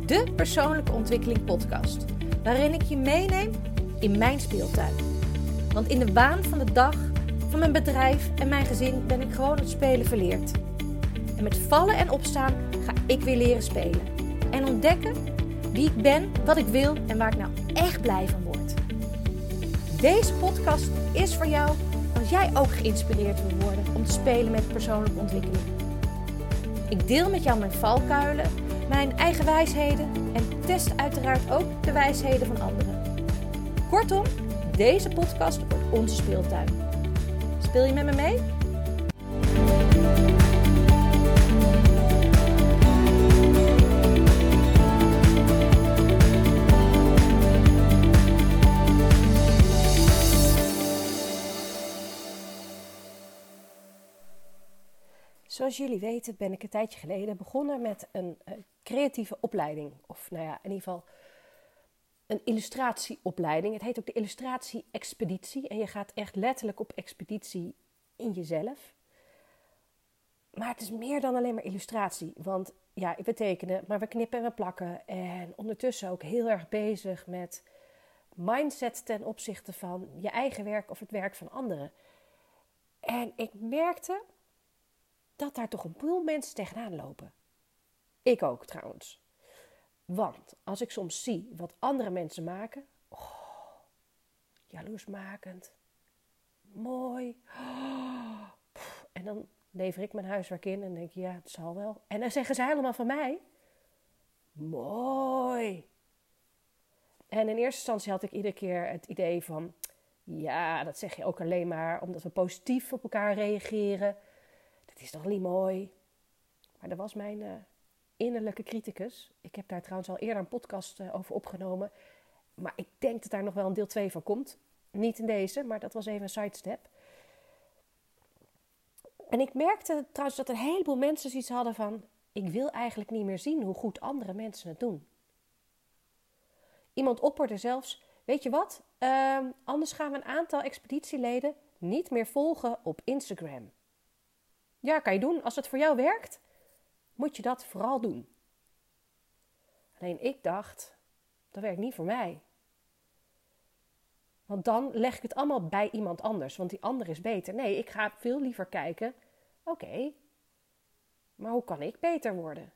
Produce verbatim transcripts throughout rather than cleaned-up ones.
de persoonlijke ontwikkeling podcast, waarin ik je meeneem in mijn speeltuin. Want in de waan van de dag, van mijn bedrijf en mijn gezin ben ik gewoon het spelen verleerd. En met vallen en opstaan ga ik weer leren spelen. En ontdekken wie ik ben, wat ik wil en waar ik nou echt blij van word. Deze podcast is voor jou als jij ook geïnspireerd wil worden om te spelen met persoonlijke ontwikkeling. Ik deel met jou mijn valkuilen, mijn eigen wijsheden en test uiteraard ook de wijsheden van anderen. Kortom, deze podcast wordt onze speeltuin. Speel je met me mee? Zoals jullie weten ben ik een tijdje geleden begonnen met een uh, creatieve opleiding. Of nou ja, in ieder geval een illustratieopleiding. Het heet ook de illustratie-expeditie. En je gaat echt letterlijk op expeditie in jezelf. Maar het is meer dan alleen maar illustratie. Want ja, we tekenen, maar we knippen en we plakken. En ondertussen ook heel erg bezig met mindset ten opzichte van je eigen werk of het werk van anderen. En ik merkte dat daar toch een boel mensen tegenaan lopen. Ik ook trouwens. Want als ik soms zie wat andere mensen maken, oh, jaloersmakend, mooi. Oh, en dan lever ik mijn huiswerk in en denk je, ja, het zal wel. En dan zeggen ze helemaal van mij, mooi. En in eerste instantie had ik iedere keer het idee van, ja, dat zeg je ook alleen maar omdat we positief op elkaar reageren. Het is toch niet mooi? Maar dat was mijn uh, innerlijke criticus. Ik heb daar trouwens al eerder een podcast uh, over opgenomen. Maar ik denk dat daar nog wel een deel twee van komt. Niet in deze, maar dat was even een sidestep. En ik merkte trouwens dat een heleboel mensen zoiets hadden van, ik wil eigenlijk niet meer zien hoe goed andere mensen het doen. Iemand opperde zelfs, weet je wat? Uh, anders gaan we een aantal expeditieleden niet meer volgen op Instagram. Ja, kan je doen. Als het voor jou werkt, moet je dat vooral doen. Alleen ik dacht, dat werkt niet voor mij. Want dan leg ik het allemaal bij iemand anders, want die ander is beter. Nee, ik ga veel liever kijken, oké, okay, maar hoe kan ik beter worden?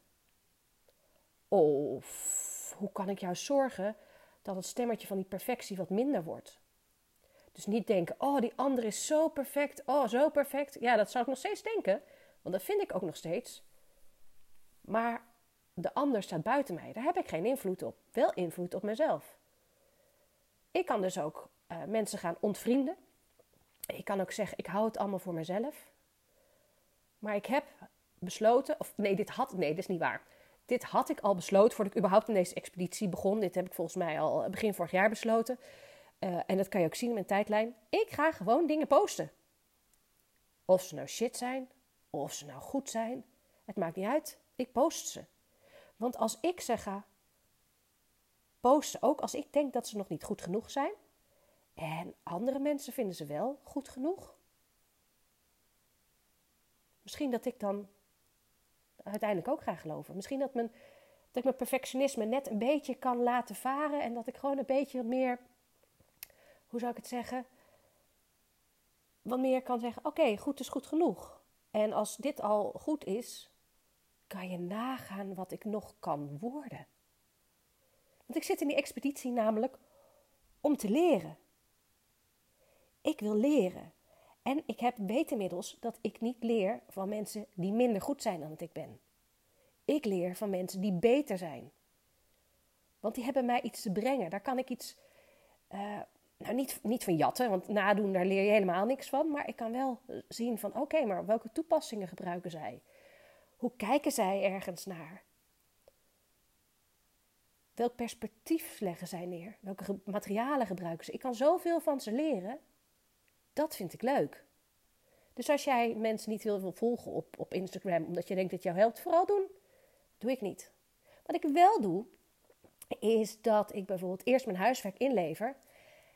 Of hoe kan ik juist zorgen dat het stemmetje van die perfectie wat minder wordt? Dus niet denken, oh, die ander is zo perfect, oh, zo perfect. Ja, dat zou ik nog steeds denken, want dat vind ik ook nog steeds. Maar de ander staat buiten mij, daar heb ik geen invloed op. Wel invloed op mezelf. Ik kan dus ook uh, mensen gaan ontvrienden. Ik kan ook zeggen, ik hou het allemaal voor mezelf. Maar ik heb besloten, of nee, dit had, nee, dit is niet waar. Dit had ik al besloten voordat ik überhaupt in deze expeditie begon. Dit heb ik volgens mij al begin vorig jaar besloten. Uh, en dat kan je ook zien in mijn tijdlijn. Ik ga gewoon dingen posten. Of ze nou shit zijn, of ze nou goed zijn. Het maakt niet uit. Ik post ze. Want als ik ze ga posten, ook als ik denk dat ze nog niet goed genoeg zijn. En andere mensen vinden ze wel goed genoeg. Misschien dat ik dan uiteindelijk ook ga geloven. Misschien dat, mijn, dat ik mijn perfectionisme net een beetje kan laten varen. En dat ik gewoon een beetje meer, hoe zou ik het zeggen, wat meer kan zeggen, oké, okay, goed is goed genoeg. En als dit al goed is, kan je nagaan wat ik nog kan worden. Want ik zit in die expeditie namelijk om te leren. Ik wil leren. En ik heb, weet inmiddels dat ik niet leer van mensen die minder goed zijn dan dat ik ben. Ik leer van mensen die beter zijn. Want die hebben mij iets te brengen. Daar kan ik iets, uh, nou niet, niet van jatten, want nadoen, daar leer je helemaal niks van. Maar ik kan wel zien van, oké, okay, maar welke toepassingen gebruiken zij? Hoe kijken zij ergens naar? Welk perspectief leggen zij neer? Welke ge- materialen gebruiken ze? Ik kan zoveel van ze leren. Dat vind ik leuk. Dus als jij mensen niet wil volgen op, op Instagram, omdat je denkt dat jou helpt, vooral doen. Doe ik niet. Wat ik wel doe, is dat ik bijvoorbeeld eerst mijn huiswerk inlever.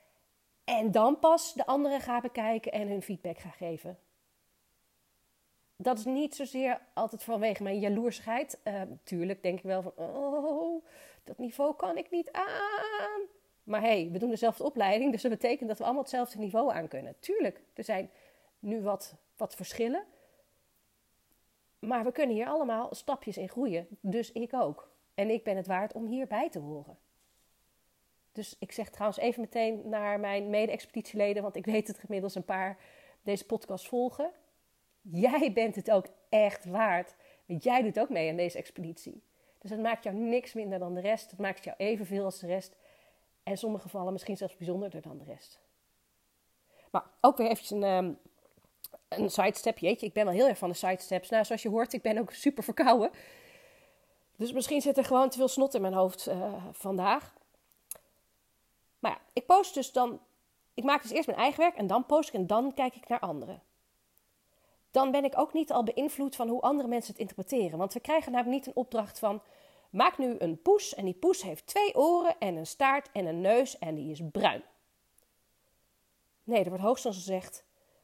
En dan pas de anderen ga bekijken en hun feedback ga geven. dat is niet zozeer altijd vanwege mijn jaloersigheid. Uh, tuurlijk denk ik wel van, oh, dat niveau kan ik niet aan. Maar hé, hey, we doen dezelfde opleiding, dus dat betekent dat we allemaal hetzelfde niveau aan kunnen. Tuurlijk, er zijn nu wat, wat verschillen. Maar we kunnen hier allemaal stapjes in groeien. Dus ik ook. En ik ben het waard om hierbij te horen. Dus ik zeg trouwens even meteen naar mijn mede-expeditieleden, want ik weet dat er inmiddels een paar deze podcast volgen. Jij bent het ook echt waard. Want jij doet ook mee aan deze expeditie. Dus het maakt jou niks minder dan de rest. Het maakt jou evenveel als de rest. En in sommige gevallen misschien zelfs bijzonderder dan de rest. Maar ook weer eventjes een, um, een sidestep. Jeetje, ik ben wel heel erg van de sidesteps. Nou, zoals je hoort, ik ben ook super verkouden. Dus misschien zit er gewoon te veel snot in mijn hoofd uh, vandaag. Maar ja, ik post dus dan... Ik maak dus eerst mijn eigen werk en dan post ik en dan kijk ik naar anderen. Dan ben ik ook niet al beïnvloed van hoe andere mensen het interpreteren. Want we krijgen namelijk niet een opdracht van... Maak nu een poes en die poes heeft twee oren en een staart en een neus en die is bruin. Nee, er wordt hoogstens gezegd...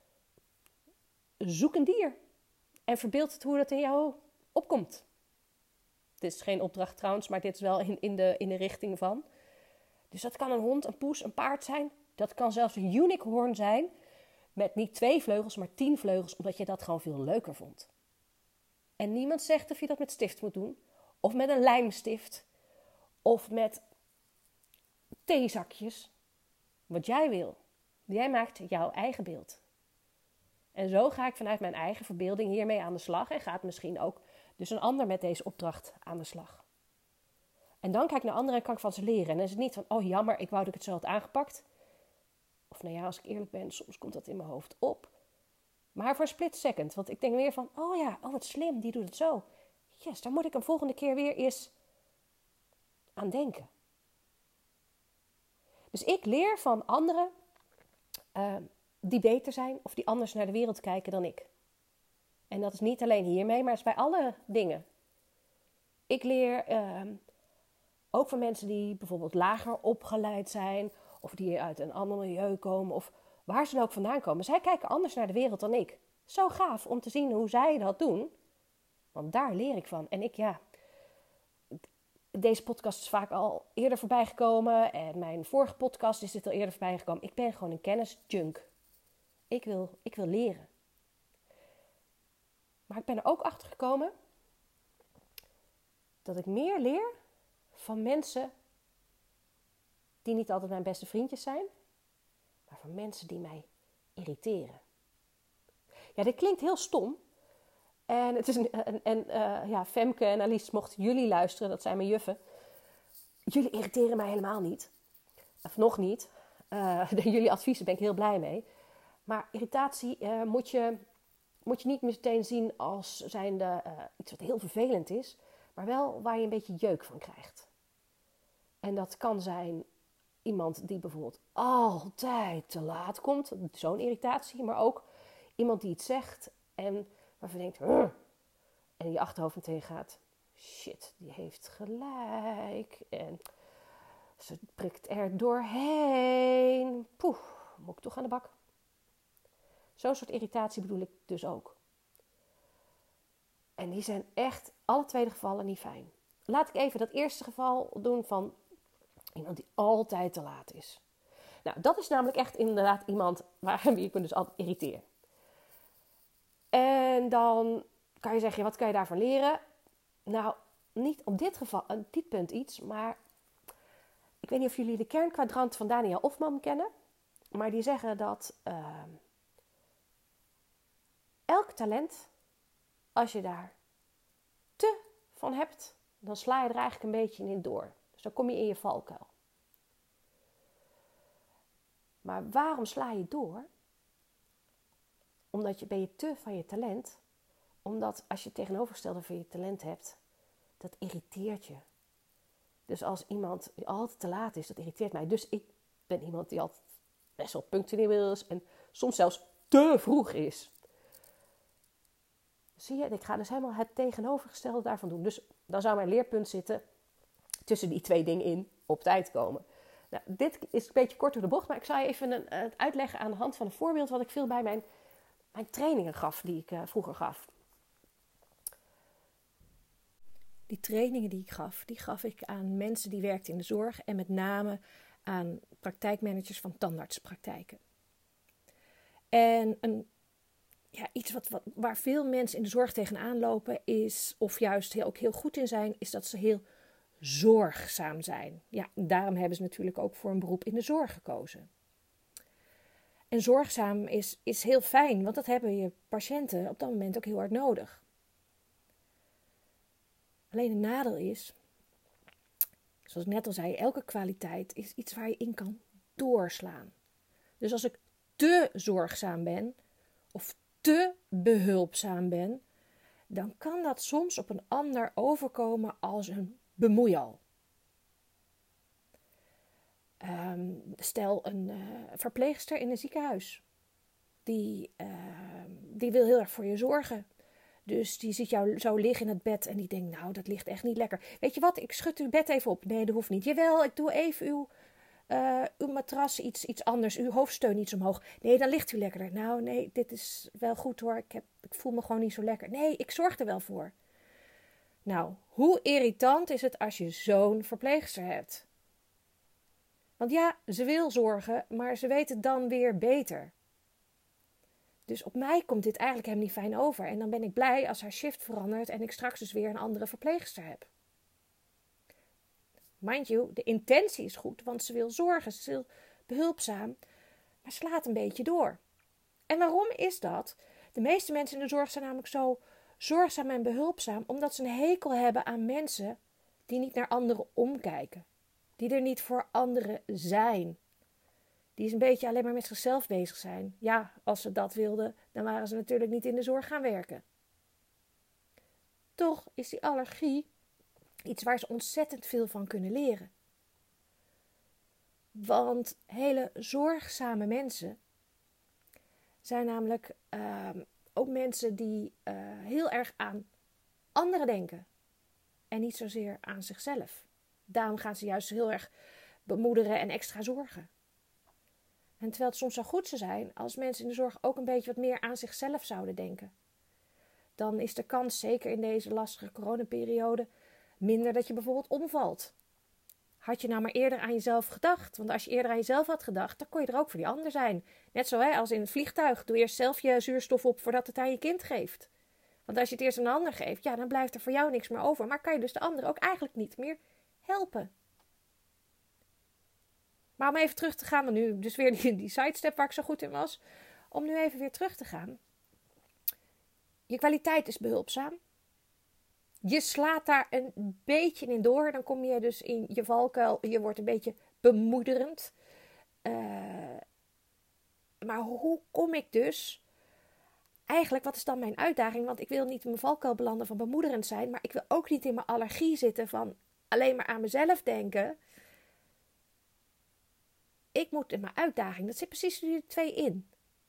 Zoek een dier en verbeeld het hoe dat in jou opkomt. Dit is geen opdracht trouwens, maar dit is wel in, in, de, in de richting van. Dus dat kan een hond, een poes, een paard zijn. Dat kan zelfs een unicorn zijn... Met niet twee vleugels, maar tien vleugels, omdat je dat gewoon veel leuker vond. En niemand zegt of je dat met stift moet doen. Of met een lijmstift. Of met theezakjes. Wat jij wil. Jij maakt jouw eigen beeld. En zo ga ik vanuit mijn eigen verbeelding hiermee aan de slag. En gaat misschien ook dus een ander met deze opdracht aan de slag. En dan kijk ik naar anderen en kan ik van ze leren. En dan is het niet van, oh jammer, ik wou dat ik het zo had aangepakt. Of nou ja, als ik eerlijk ben, soms komt dat in mijn hoofd op. Maar voor een split second. Want ik denk weer van, oh ja, oh wat slim, die doet het zo. Yes, daar moet ik een volgende keer weer eens aan denken. Dus ik leer van anderen uh, die beter zijn of die anders naar de wereld kijken dan ik. En dat is niet alleen hiermee, maar het is bij alle dingen. Ik leer uh, ook van mensen die bijvoorbeeld lager opgeleid zijn... of die uit een ander milieu komen, of waar ze dan ook vandaan komen. Zij kijken anders naar de wereld dan ik. Zo gaaf om te zien hoe zij dat doen. Want daar leer ik van. En ik, ja... Deze podcast is vaak al eerder voorbij gekomen. En mijn vorige podcast is dit al eerder voorbij gekomen. Ik ben gewoon een kennisjunk. Ik wil, ik wil leren. Maar ik ben er ook achter gekomen... dat ik meer leer van mensen... die niet altijd mijn beste vriendjes zijn, maar van mensen die mij irriteren. Ja, dit klinkt heel stom. En, het is een, en, en uh, ja, Femke en Alice, mochten jullie luisteren, dat zijn mijn juffen. Jullie irriteren mij helemaal niet. Of nog niet. Uh, jullie adviezen ben ik heel blij mee. Maar irritatie uh, moet, je, moet je niet meteen zien als zijnde uh, iets wat heel vervelend is, maar wel waar je een beetje jeuk van krijgt. En dat kan zijn... Iemand die bijvoorbeeld altijd te laat komt. Zo'n irritatie. Maar ook iemand die iets zegt. En waarvan je denkt... Hur! En in je achterhoofd meteen gaat... Shit, die heeft gelijk. En ze prikt er doorheen. Poeh, moet ik toch aan de bak. Zo'n soort irritatie bedoel ik dus ook. En die zijn echt alle twee de gevallen niet fijn. Laat ik even dat eerste geval doen van... Iemand die altijd te laat is. Nou, dat is namelijk echt inderdaad iemand waar wie ik me dus altijd irriteer. En dan kan je zeggen, wat kan je daarvan leren? Nou, niet op dit geval, op dit punt iets, maar ik weet niet of jullie de kernkwadrant van Daniel Hofman kennen. Maar die zeggen dat uh, elk talent, als je daar te van hebt, dan sla je er eigenlijk een beetje in door. Dus dan kom je in je valkuil. Maar waarom sla je door? Omdat je ben je te van je talent. Omdat als je het tegenovergestelde van je talent hebt, dat irriteert je. Dus als iemand die altijd te laat is, dat irriteert mij. Dus ik ben iemand die altijd best wel punctueel is en soms zelfs te vroeg is. Zie je, ik ga dus helemaal het tegenovergestelde daarvan doen. Dus dan zou mijn leerpunt zitten tussen die twee dingen in op tijd komen. Nou, dit is een beetje kort door de bocht, maar ik zal je even een, uh, uitleggen aan de hand van een voorbeeld wat ik veel bij mijn, mijn trainingen gaf, die ik uh, vroeger gaf. die trainingen die ik gaf, die gaf ik aan mensen die werkten in de zorg en met name aan praktijkmanagers van tandartspraktijken. En een, ja, iets wat, wat, waar veel mensen in de zorg tegenaan lopen is, of juist heel, ook heel goed in zijn, is dat ze heel zorgzaam zijn. Ja, daarom hebben ze natuurlijk ook voor een beroep in de zorg gekozen. En zorgzaam is, is heel fijn, want dat hebben je patiënten op dat moment ook heel hard nodig. Alleen een nadeel is, zoals ik net al zei, elke kwaliteit is iets waar je in kan doorslaan. Dus als ik te zorgzaam ben of te behulpzaam ben, dan kan dat soms op een ander overkomen als een bemoeial. Um, stel een uh, verpleegster in een ziekenhuis. Die, uh, die wil heel erg voor je zorgen. Dus die ziet jou zo liggen in het bed en die denkt, nou, dat ligt echt niet lekker. Weet je wat, ik schud uw bed even op. Nee, dat hoeft niet. Jawel, ik doe even uw, uh, uw matras iets, iets anders, uw hoofdsteun iets omhoog. Nee, dan ligt u lekkerder. Nou, nee, dit is wel goed hoor. Ik, heb, ik voel me gewoon niet zo lekker. Nee, ik zorg er wel voor. Nou, hoe irritant is het als je zo'n verpleegster hebt? Want ja, ze wil zorgen, maar ze weet het dan weer beter. Dus op mij komt dit eigenlijk helemaal niet fijn over. En dan ben ik blij als haar shift verandert en ik straks dus weer een andere verpleegster heb. Mind you, de intentie is goed, want ze wil zorgen, ze wil behulpzaam, maar slaat een beetje door. En waarom is dat? De meeste mensen in de zorg zijn namelijk zo zorgzaam en behulpzaam, omdat ze een hekel hebben aan mensen die niet naar anderen omkijken. Die er niet voor anderen zijn. Die is een beetje alleen maar met zichzelf bezig zijn. Ja, als ze dat wilden, dan waren ze natuurlijk niet in de zorg gaan werken. Toch is die allergie iets waar ze ontzettend veel van kunnen leren. Want hele zorgzame mensen zijn namelijk uh, ook mensen die uh, heel erg aan anderen denken. En niet zozeer aan zichzelf. Daarom gaan ze juist heel erg bemoederen en extra zorgen. En terwijl het soms zo goed zou zijn als mensen in de zorg ook een beetje wat meer aan zichzelf zouden denken. Dan is de kans, zeker in deze lastige coronaperiode, minder dat je bijvoorbeeld omvalt. Had je nou maar eerder aan jezelf gedacht? Want als je eerder aan jezelf had gedacht, dan kon je er ook voor die ander zijn. Net zo hè, als in het vliegtuig. Doe eerst zelf je zuurstof op voordat het aan je kind geeft. Want als je het eerst aan een ander geeft, ja, dan blijft er voor jou niks meer over. Maar kan je dus de ander ook eigenlijk niet meer helpen. Maar om even terug te gaan, want nu dus weer die, die sidestep waar ik zo goed in was. Om nu even weer terug te gaan. Je kwaliteit is behulpzaam. Je slaat daar een beetje in door. Dan kom je dus in je valkuil. Je wordt een beetje bemoederend. Uh, maar hoe kom ik dus... Eigenlijk, wat is dan mijn uitdaging? Want ik wil niet in mijn valkuil belanden van bemoederend zijn. Maar ik wil ook niet in mijn allergie zitten van alleen maar aan mezelf denken. Ik moet in mijn uitdaging. Dat zit precies die twee in.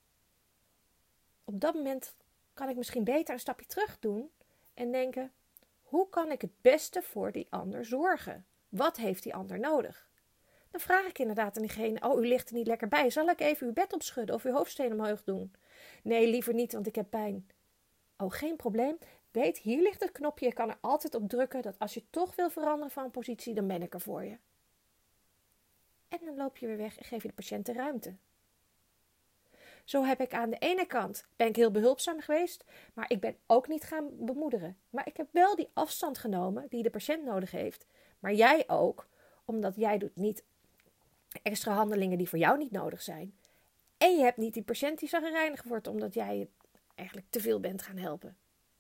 Op dat moment kan ik misschien beter een stapje terug doen. En denken, hoe kan ik het beste voor die ander zorgen? Wat heeft die ander nodig? Dan vraag ik inderdaad aan diegene, oh, u ligt er niet lekker bij. Zal ik even uw bed opschudden of uw hoofdsteen omhoog doen? Nee, liever niet, want ik heb pijn. Oh, geen probleem. Weet, hier ligt het knopje. Je kan er altijd op drukken dat als je toch wil veranderen van positie, dan ben ik er voor je. En dan loop je weer weg en geef je de patiënt de ruimte. Zo heb ik aan de ene kant, ben ik heel behulpzaam geweest, maar ik ben ook niet gaan bemoederen. Maar ik heb wel die afstand genomen die de patiënt nodig heeft. Maar jij ook, omdat jij doet niet extra handelingen die voor jou niet nodig zijn. En je hebt niet die patiënt die chagrijnig wordt, omdat jij eigenlijk te veel bent gaan helpen.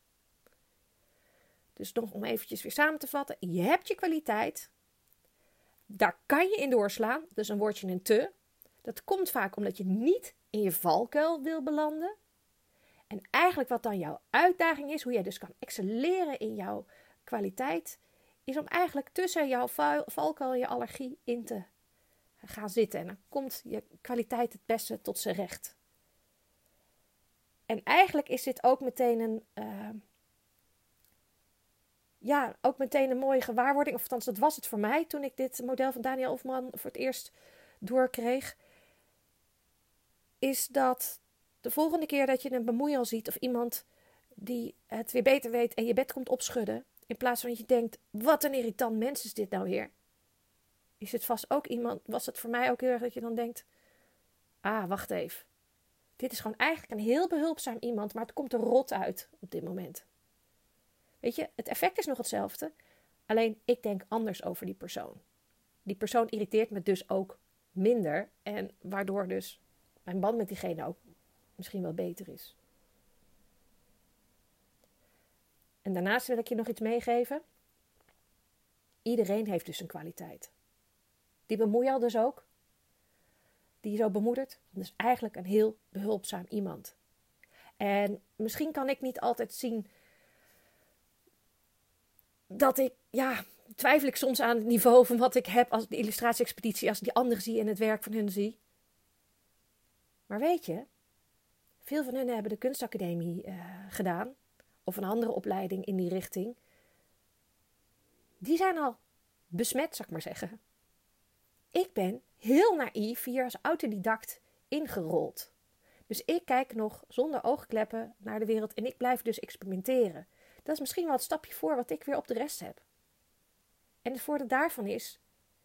Dus nog om eventjes weer samen te vatten. Je hebt je kwaliteit. Daar kan je in doorslaan. Dus een woordje een te. Dat komt vaak omdat je niet in je valkuil wil belanden. En eigenlijk wat dan jouw uitdaging is, hoe jij dus kan excelleren in jouw kwaliteit, is om eigenlijk tussen jouw valkuil en je allergie in te gaan zitten. En dan komt je kwaliteit het beste tot zijn recht. En eigenlijk is dit ook meteen een, uh, ja, ook meteen een mooie gewaarwording. Of althans, dat was het voor mij toen ik dit model van Daniel Hofman voor het eerst doorkreeg. Is dat de volgende keer dat je een bemoeial ziet of iemand die het weer beter weet en je bed komt opschudden In plaats van dat je denkt, wat een irritant mens is dit nou weer. Is het vast ook iemand, was het voor mij ook heel erg dat je dan denkt, ah, wacht even. Dit is gewoon eigenlijk een heel behulpzaam iemand, maar het komt er rot uit op dit moment. Weet je, het effect is nog hetzelfde, alleen ik denk anders over die persoon. Die persoon irriteert me dus ook minder en waardoor dus mijn band met diegene ook misschien wel beter is. En daarnaast wil ik je nog iets meegeven. Iedereen heeft dus een kwaliteit. Die bemoei je al dus ook. Die je zo bemoedert. Dat is eigenlijk een heel behulpzaam iemand. En misschien kan ik niet altijd zien dat ik, ja, twijfel ik soms aan het niveau van wat ik heb als de illustratie-expeditie, als ik die anderen zie en het werk van hun zie. Maar weet je, veel van hen hebben de kunstacademie uh, gedaan. Of een andere opleiding in die richting. Die zijn al besmet, zou ik maar zeggen. Ik ben heel naïef hier als autodidact ingerold. Dus ik kijk nog zonder oogkleppen naar de wereld en ik blijf dus experimenteren. Dat is misschien wel het stapje voor wat ik weer op de rest heb. En het voordeel daarvan is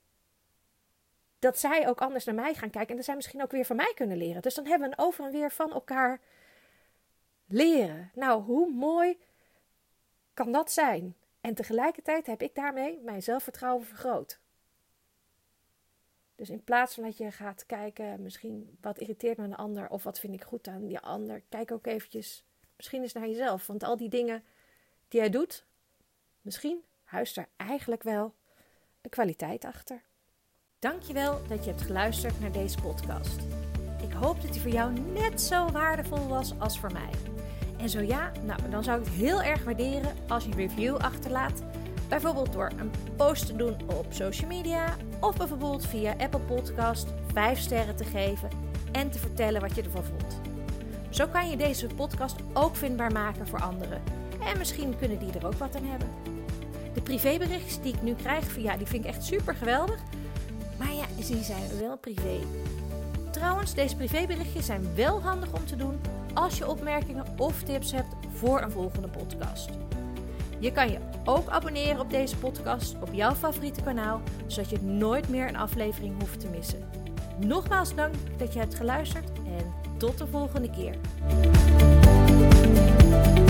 dat zij ook anders naar mij gaan kijken en dat zij misschien ook weer van mij kunnen leren. Dus dan hebben we een over en weer van elkaar leren. Nou, hoe mooi kan dat zijn? En tegelijkertijd heb ik daarmee mijn zelfvertrouwen vergroot. Dus in plaats van dat je gaat kijken, misschien wat irriteert me aan de ander of wat vind ik goed aan die ander, kijk ook eventjes misschien eens naar jezelf. Want al die dingen die jij doet, misschien huist er eigenlijk wel een kwaliteit achter. Dankjewel dat je hebt geluisterd naar deze podcast. Ik hoop dat die voor jou net zo waardevol was als voor mij. En zo ja, nou, dan zou ik het heel erg waarderen als je een review achterlaat. Bijvoorbeeld door een post te doen op social media. Of bijvoorbeeld via Apple Podcast vijf sterren te geven en te vertellen wat je ervan vond. Zo kan je deze podcast ook vindbaar maken voor anderen. En misschien kunnen die er ook wat aan hebben. De privéberichtjes die ik nu krijg, ja, die vind ik echt super geweldig. Maar ja, die zijn wel privé. Trouwens, deze privéberichtjes zijn wel handig om te doen als je opmerkingen of tips hebt voor een volgende podcast. Je kan je ook abonneren op deze podcast op jouw favoriete kanaal, zodat je nooit meer een aflevering hoeft te missen. Nogmaals dank dat je hebt geluisterd en tot de volgende keer.